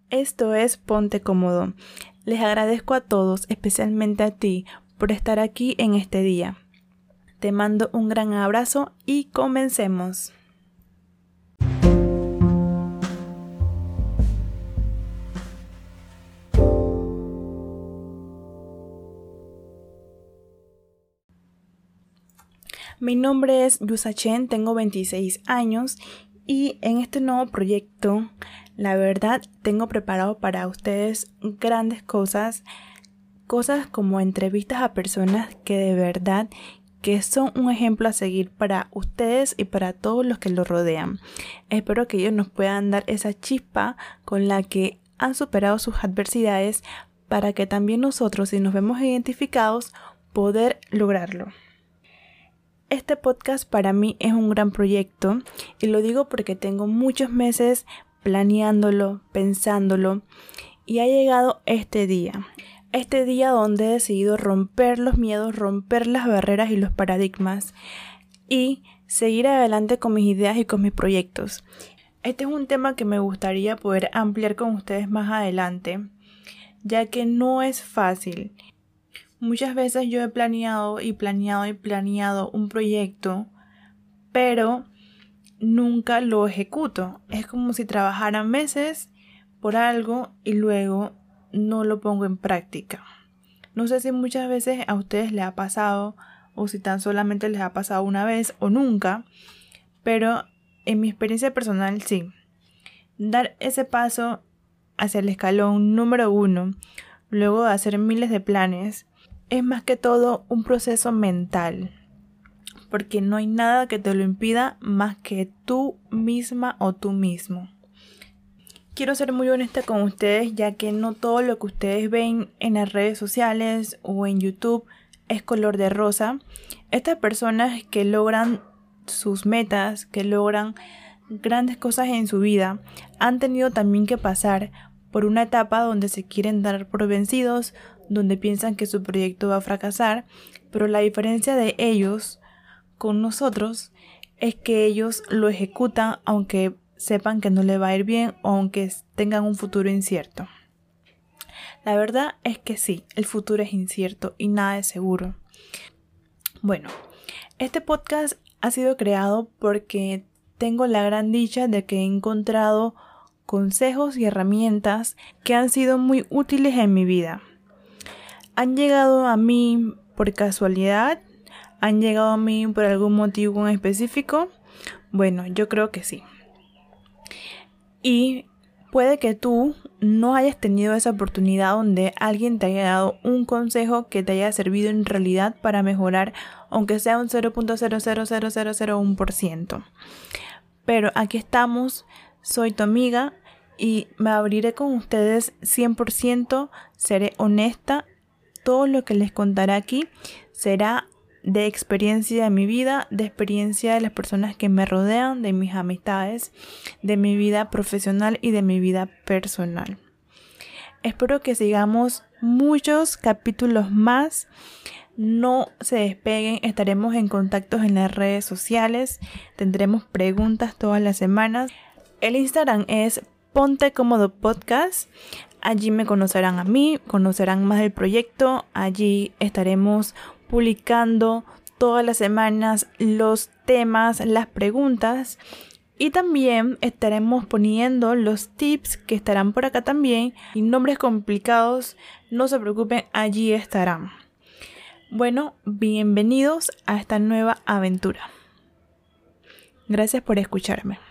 Esto es Ponte Cómodo. Les agradezco a todos, especialmente a ti, por estar aquí en este día. Te mando un gran abrazo y comencemos. Mi nombre es Yusa Chen, tengo 26 años y en este nuevo proyecto, la verdad, tengo preparado para ustedes grandes cosas como entrevistas a personas que de verdad que son un ejemplo a seguir para ustedes y para todos los que los rodean. Espero que ellos nos puedan dar esa chispa con la que han superado sus adversidades para que también nosotros, si nos vemos identificados, poder lograrlo. Este podcast para mí es un gran proyecto y lo digo porque tengo muchos meses planeándolo, pensándolo y ha llegado este día donde he decidido romper los miedos, romper las barreras y los paradigmas y seguir adelante con mis ideas y con mis proyectos. Este es un tema que me gustaría poder ampliar con ustedes más adelante, ya que no es fácil. Muchas veces yo he planeado un proyecto, pero nunca lo ejecuto. Es como si trabajara meses por algo y luego no lo pongo en práctica. No sé si muchas veces a ustedes les ha pasado o si tan solamente les ha pasado una vez o nunca, pero en mi experiencia personal sí. Dar ese paso hacia el escalón número 1, luego de hacer miles de planes, es más que todo un proceso mental, porque no hay nada que te lo impida más que tú misma o tú mismo. Quiero ser muy honesta con ustedes, ya que no todo lo que ustedes ven en las redes sociales o en YouTube es color de rosa. Estas personas que logran sus metas, que logran grandes cosas en su vida, han tenido también que pasar por una etapa donde se quieren dar por vencidos, donde piensan que su proyecto va a fracasar, pero la diferencia de ellos con nosotros es que ellos lo ejecutan aunque sepan que no le va a ir bien o aunque tengan un futuro incierto. La verdad es que sí, el futuro es incierto y nada es seguro. Bueno, este podcast ha sido creado porque tengo la gran dicha de que he encontrado consejos y herramientas que han sido muy útiles en mi vida. ¿Han llegado a mí por casualidad? ¿Han llegado a mí por algún motivo en específico? Bueno, yo creo que sí. Y puede que tú no hayas tenido esa oportunidad donde alguien te haya dado un consejo que te haya servido en realidad para mejorar, aunque sea un 0.000001%. Pero aquí estamos, soy tu amiga y me abriré con ustedes 100%, seré honesta. Todo lo que les contaré aquí será de experiencia de mi vida, de experiencia de las personas que me rodean, de mis amistades, de mi vida profesional y de mi vida personal. Espero que sigamos muchos capítulos más. No se despeguen, estaremos en contacto en las redes sociales, tendremos preguntas todas las semanas. El Instagram es Ponte Cómodo Podcast. Allí me conocerán a mí, conocerán más del proyecto. Allí estaremos publicando todas las semanas los temas, las preguntas. Y también estaremos poniendo los tips que estarán por acá también. Y nombres complicados, no se preocupen, allí estarán. Bueno, bienvenidos a esta nueva aventura. Gracias por escucharme.